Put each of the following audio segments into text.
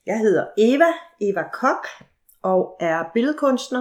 Jeg hedder Eva Koch og er billedkunstner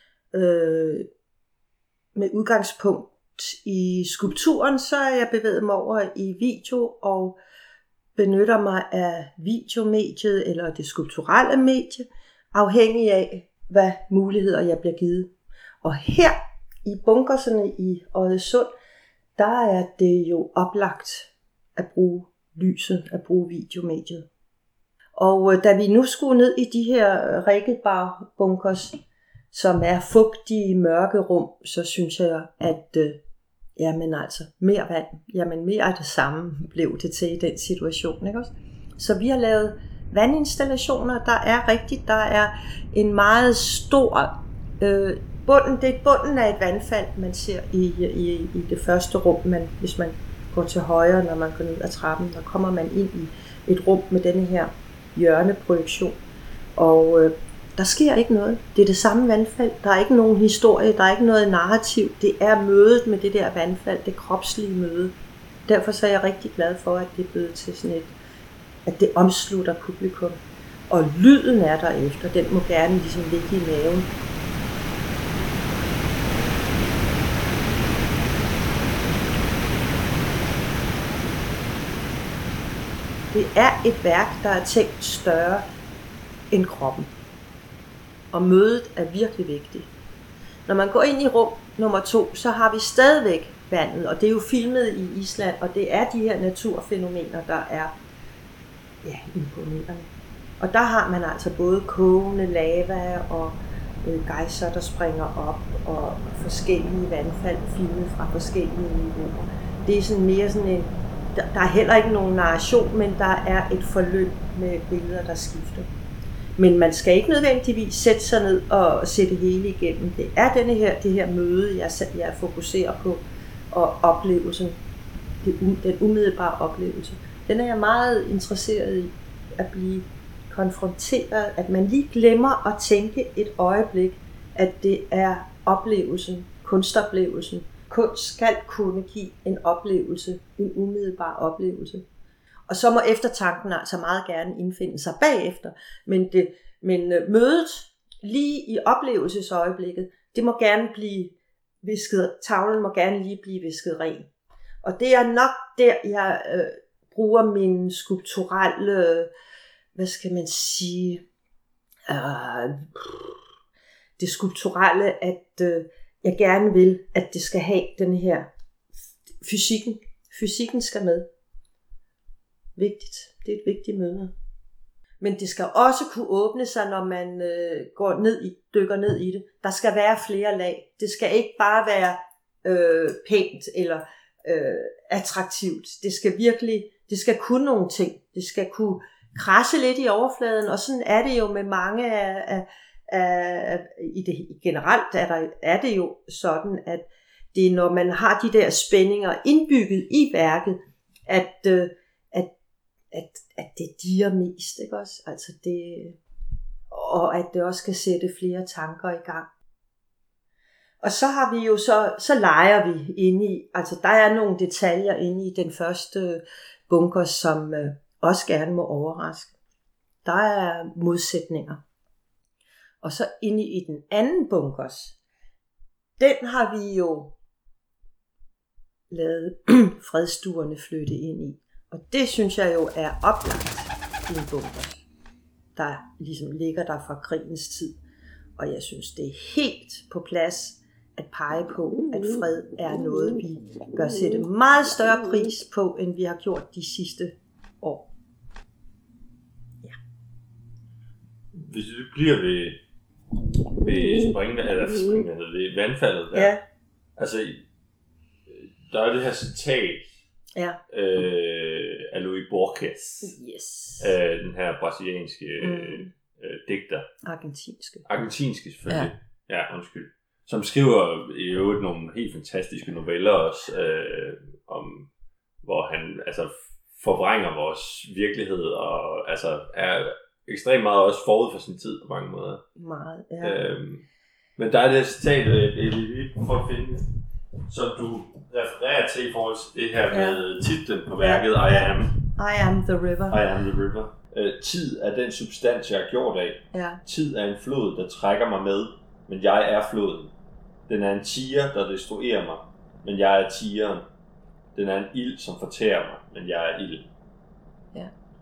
med udgangspunkt i skulpturen. Så er jeg bevæget mig over i video og benytter mig af videomediet eller det skulpturelle medie, afhængig af, hvad muligheder jeg bliver givet. Og her i bunkerserne i Oddesund, der er det jo oplagt at bruge lyset, at bruge videomediet. Og da vi nu skulle ned i de her Regelbar-bunkers, som er fugtige, mørke rum, så synes jeg, at mere vand, mere af det samme blev det til i den situation. Ikke også? Så vi har lavet vandinstallationer, der er en meget stor bunden. Det er bunden af et vandfald, man ser i det første rum, hvis man går til højre, når man går ned ad trappen, så kommer man ind i et rum med denne her hjørneprojektion. Og der sker ikke noget. Det er det samme vandfald. Der er ikke nogen historie, der er ikke noget narrativ. Det er mødet med det der vandfald, det kropslige møde. Derfor så er jeg rigtig glad for, at det er blevet til sådan et, at det omslutter publikum. Og lyden er der efter. Den må gerne ligesom ligge i maven. Det er et værk, der er tænkt større end kroppen. Og mødet er virkelig vigtigt. Når man går ind i rum nummer 2, så har vi stadigvæk vandet, og det er jo filmet i Island, og det er de her naturfænomener, der er imponerende. Og der har man altså både kogende lava og gejser, der springer op, og forskellige vandfald filmet fra forskellige niveauer. Det er sådan mere sådan en, der er heller ikke nogen narration, men der er et forløb med billeder, der skifter. Men man skal ikke nødvendigvis sætte sig ned og se det hele igennem. Det er det her møde, jeg fokuserer på, og oplevelsen, den umiddelbare oplevelse. Den er jeg meget interesseret i at blive konfronteret, at man lige glemmer at tænke et øjeblik, at det er oplevelsen, kunstoplevelsen. Kunst skal kunne give en oplevelse, en umiddelbar oplevelse. Og så må eftertanken altså meget gerne indfinde sig bagefter. Men mødet lige i oplevelsesøjeblikket, det må gerne blive visket, tavlen må gerne lige blive visket ren. Og det er nok der, jeg bruger min skulpturelle, det skulpturelle, at jeg gerne vil, at det skal have den her fysikken. Fysikken skal med. Vigtigt. Det er et vigtigt møde. Men det skal også kunne åbne sig, når man dykker ned i det. Der skal være flere lag. Det skal ikke bare være pænt eller attraktivt. Det skal kunne nogle ting. Det skal kunne krasse lidt i overfladen, og sådan er det jo med mange generelt er det jo sådan, at det er, når man har de der spændinger indbygget i værket, at det dirrer mest, ikke også? Altså og at det også kan sætte flere tanker i gang. Og så har vi jo så leger vi inde i, altså der er nogle detaljer inde i den første bunker, som også gerne må overraske. Der er modsætninger. Og så inde i den anden bunkers, den har vi jo lavet fredstuerne flytte ind i. Og det synes jeg jo er oplagt i en bunkers, der ligesom ligger der fra krigens tid. Og jeg synes, det er helt på plads at pege på, at fred er noget, vi bør sætte meget større pris på, end vi har gjort de sidste år. Ja. Hvis vi bliver ved ved vandfaldet der, ja. Altså, der er det her citat af Louis Borges, yes. Den her brasilianske digter. Argentinske selvfølgelig. Ja, undskyld. Som skriver i øvrigt nogle helt fantastiske noveller også, om hvor han altså forvrænger vores virkelighed og altså er ekstremt meget også forud for sin tid på mange måder. Meget, ja. Men der er det citat, lige for at finde, som du refererer til i forhold til det her med titlen på værket, I am the river. I am the river. Tid er den substans, jeg er gjort af. Ja. Tid er en flod, der trækker mig med, men jeg er floden. Den er en tiger, der destruerer mig, men jeg er tigeren. Den er en ild, som fortærer mig, men jeg er ild. Ja.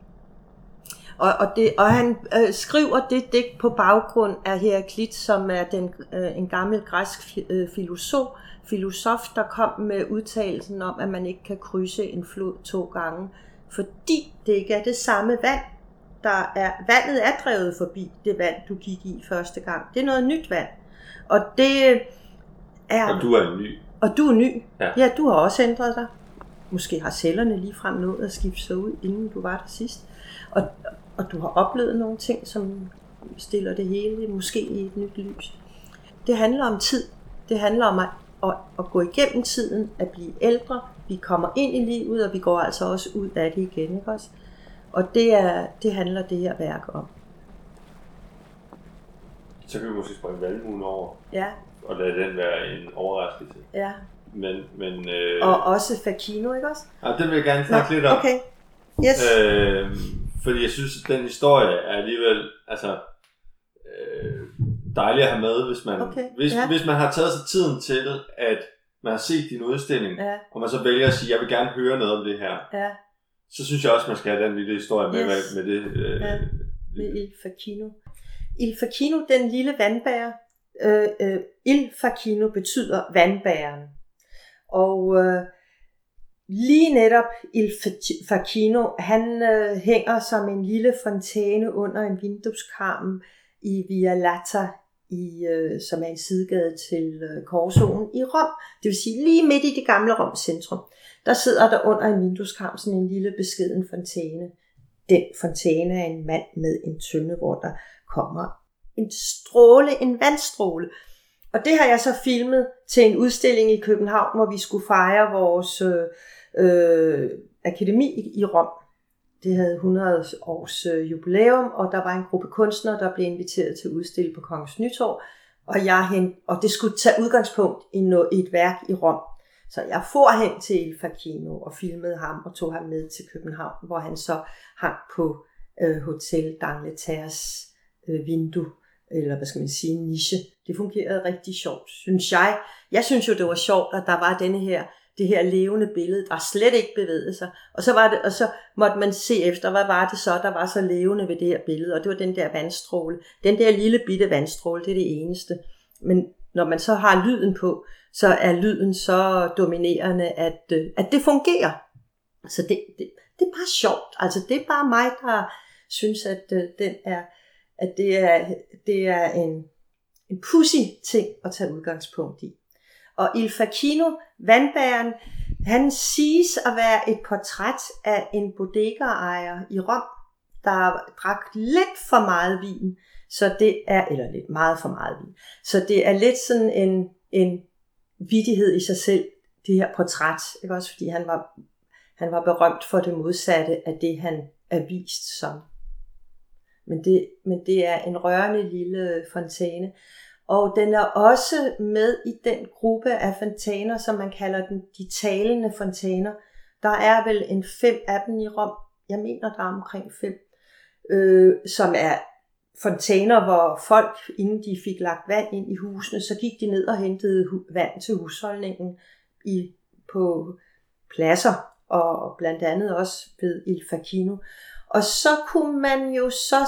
Og han skriver det digt på baggrund af Heraklit, som er en gammel græsk filosof, der kom med udtalelsen om, at man ikke kan krydse en flod 2 gange, fordi det ikke er det samme vand. Vandet er drevet forbi det vand, du gik i første gang. Det er noget nyt vand. Og det er... Og du er ny. Og du er ny. Ja, du har også ændret dig. Måske har cellerne ligefrem nået at skifte sig ud, inden du var der sidst. Og du har oplevet nogle ting, som stiller det hele måske i et nyt lys. Det handler om tid. Det handler om at gå igennem tiden, at blive ældre. Vi kommer ind i livet, og vi går altså også ud af det igen, ikke også? Og det handler det her værk om. Så kan vi måske springe valmuen over. Ja. Og lade den være en overraskelse. Ja. Men og også Facchino, ikke også? Ja, det vil jeg gerne snakke lidt om. Okay. Yes. Fordi jeg synes, at den historie er alligevel dejlig at have med, hvis man har taget sig tiden til, at man har set din udstilling, og man så vælger at sige, jeg vil gerne høre noget om det her. Ja. Så synes jeg også, man skal have den lille historie med, med det. Med Il Facchino. Il Facchino, den lille vandbærer. Il Facchino betyder vandbæren. Og lige netop Il Facchino, han hænger som en lille fontæne under en vindueskarm i Via Lata, som er en sidegade til Korsoen i Rom. Det vil sige lige midt i det gamle Roms centrum. Der sidder der under en vindueskarm sådan en lille beskeden fontæne. Den fontæne er en mand med en tønde, hvor der kommer en vandstråle. Og det har jeg så filmet til en udstilling i København, hvor vi skulle fejre vores akademi i Rom. Det havde 100 års jubilæum, og der var en gruppe kunstnere, der blev inviteret til at udstille på Kongens Nytorv. Og det skulle tage udgangspunkt i et værk i Rom. Så jeg for hen til Il Facchino og filmede ham og tog ham med til København, hvor han så hang på Hotel d'Angleterres vindue, eller hvad skal man sige, niche. Det fungerede rigtig sjovt, synes jeg. Jeg synes jo, det var sjovt, at der var det her levende billede, der slet ikke bevægede sig. Og så måtte man se efter, hvad var det så, der var så levende ved det her billede. Og det var den der vandstråle. Den der lille bitte vandstråle, det er det eneste. Men når man så har lyden på, så er lyden så dominerende, at det fungerer. Så det er bare sjovt. Altså det er bare mig, der synes, at det er en pudsig ting at tage udgangspunkt i. Og Il Facchino, vandbæren, han siges at være et portræt af en bodega-ejer i Rom, der drak lidt for meget vin, eller lidt meget for meget vin. Så det er lidt sådan en vittighed i sig selv, det her portræt, ikke også, fordi han var berømt for det modsatte af det, han er vist som. Men det er en rørende lille fontæne. Og den er også med i den gruppe af fontæner, som man kalder de talende fontæner. Der er vel 5 af dem i Rom. Jeg mener, der er omkring 5. Som er fontæner, hvor folk, inden de fik lagt vand ind i husene, så gik de ned og hentede vand til husholdningen på pladser, og blandt andet også ved Il Facchino. Og så kunne man jo så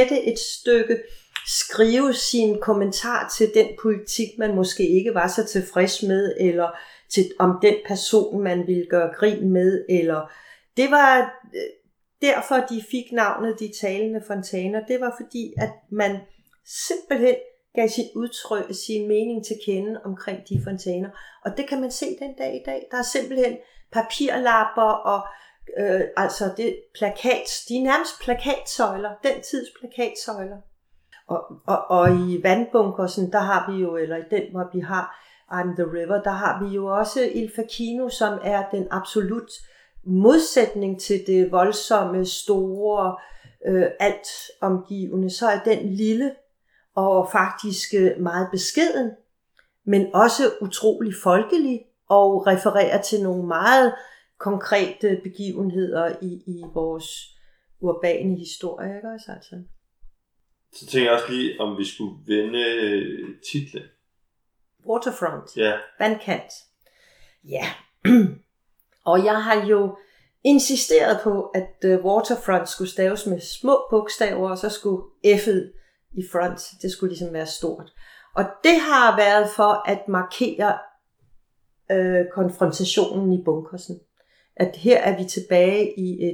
skrive sin kommentar til den politik, man måske ikke var så tilfreds med, eller om den person, man ville gøre grin med, eller det var derfor, de fik navnet de talende fontæner. Det var fordi, at man simpelthen gav sin mening til kende omkring de fontæner. Og det kan man se den dag i dag. Der er simpelthen papirlapper og altså det de er nærmest plakatsøjler, den tids plakatsøjler. Og i vandbunkersen, der har vi jo, eller i den, hvor vi har I'm the River, der har vi jo også Il Facchino, som er den absolut modsætning til det voldsomme, store, alt omgivende. Så er den lille og faktisk meget beskeden, men også utrolig folkelig og refererer til nogle meget konkrete begivenheder i vores urbane historie, ikke også altså? Så tænker jeg også lige, om vi skulle vende titlen. Waterfront. Ja. Vandkant. Ja. Og jeg har jo insisteret på, at waterfront skulle staves med små bogstaver, og så skulle F'et i front, det skulle ligesom være stort. Og det har været for at markere konfrontationen i bunkersen. At her er vi tilbage i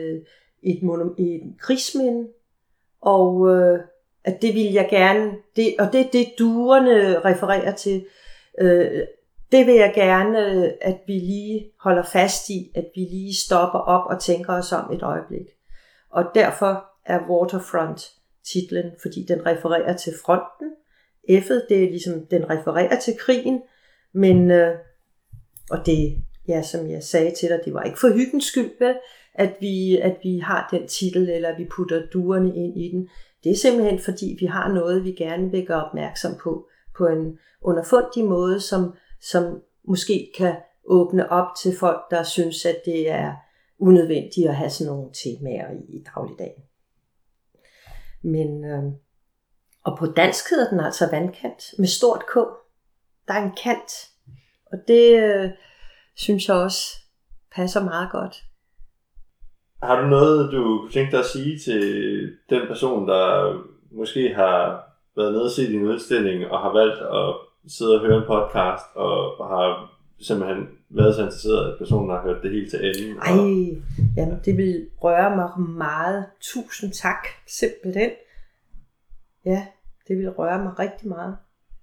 et krigsminde, og at det vil jeg gerne, og det er det duerne refererer til, det vil jeg gerne, at vi lige holder fast i, at vi lige stopper op og tænker os om et øjeblik. Og derfor er Waterfront titlen, fordi den refererer til fronten. F'et, det er ligesom, den refererer til krigen, men, og det, ja, som jeg sagde til dig, det var ikke for hyggens skyld, vel, at vi har den titel, eller at vi putter duerne ind i den. Det er simpelthen fordi, vi har noget, vi gerne vil gøre opmærksom på en underfundig måde, som måske kan åbne op til folk, der synes, at det er unødvendigt at have sådan nogle temaer i dagligdagen. Men, og på dansk hedder den altså vandkant, med stort K. Der er en kant, og det synes jeg også passer meget godt. Har du noget, du kunne tænke dig at sige til den person, der måske har været nede og set din udstilling, og har valgt at sidde og høre en podcast, og har simpelthen været så interesseret, at personen har hørt det helt til enden? Jamen det vil røre mig meget. Tusind tak, simpelthen. Ja, det vil røre mig rigtig meget.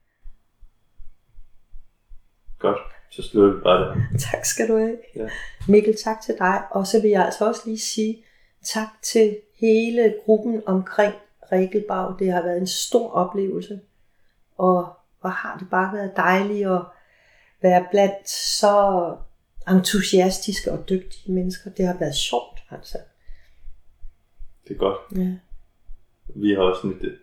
Godt, så slutter vi bare det. Tak skal du have. Ja. Mikkel, tak til dig. Og så vil jeg altså også lige sige tak til hele gruppen omkring Regelbag. Det har været en stor oplevelse. Og har det bare været dejligt at være blandt så entusiastiske og dygtige mennesker. Det har været sjovt, altså. Det er godt. Ja. Vi har også nyt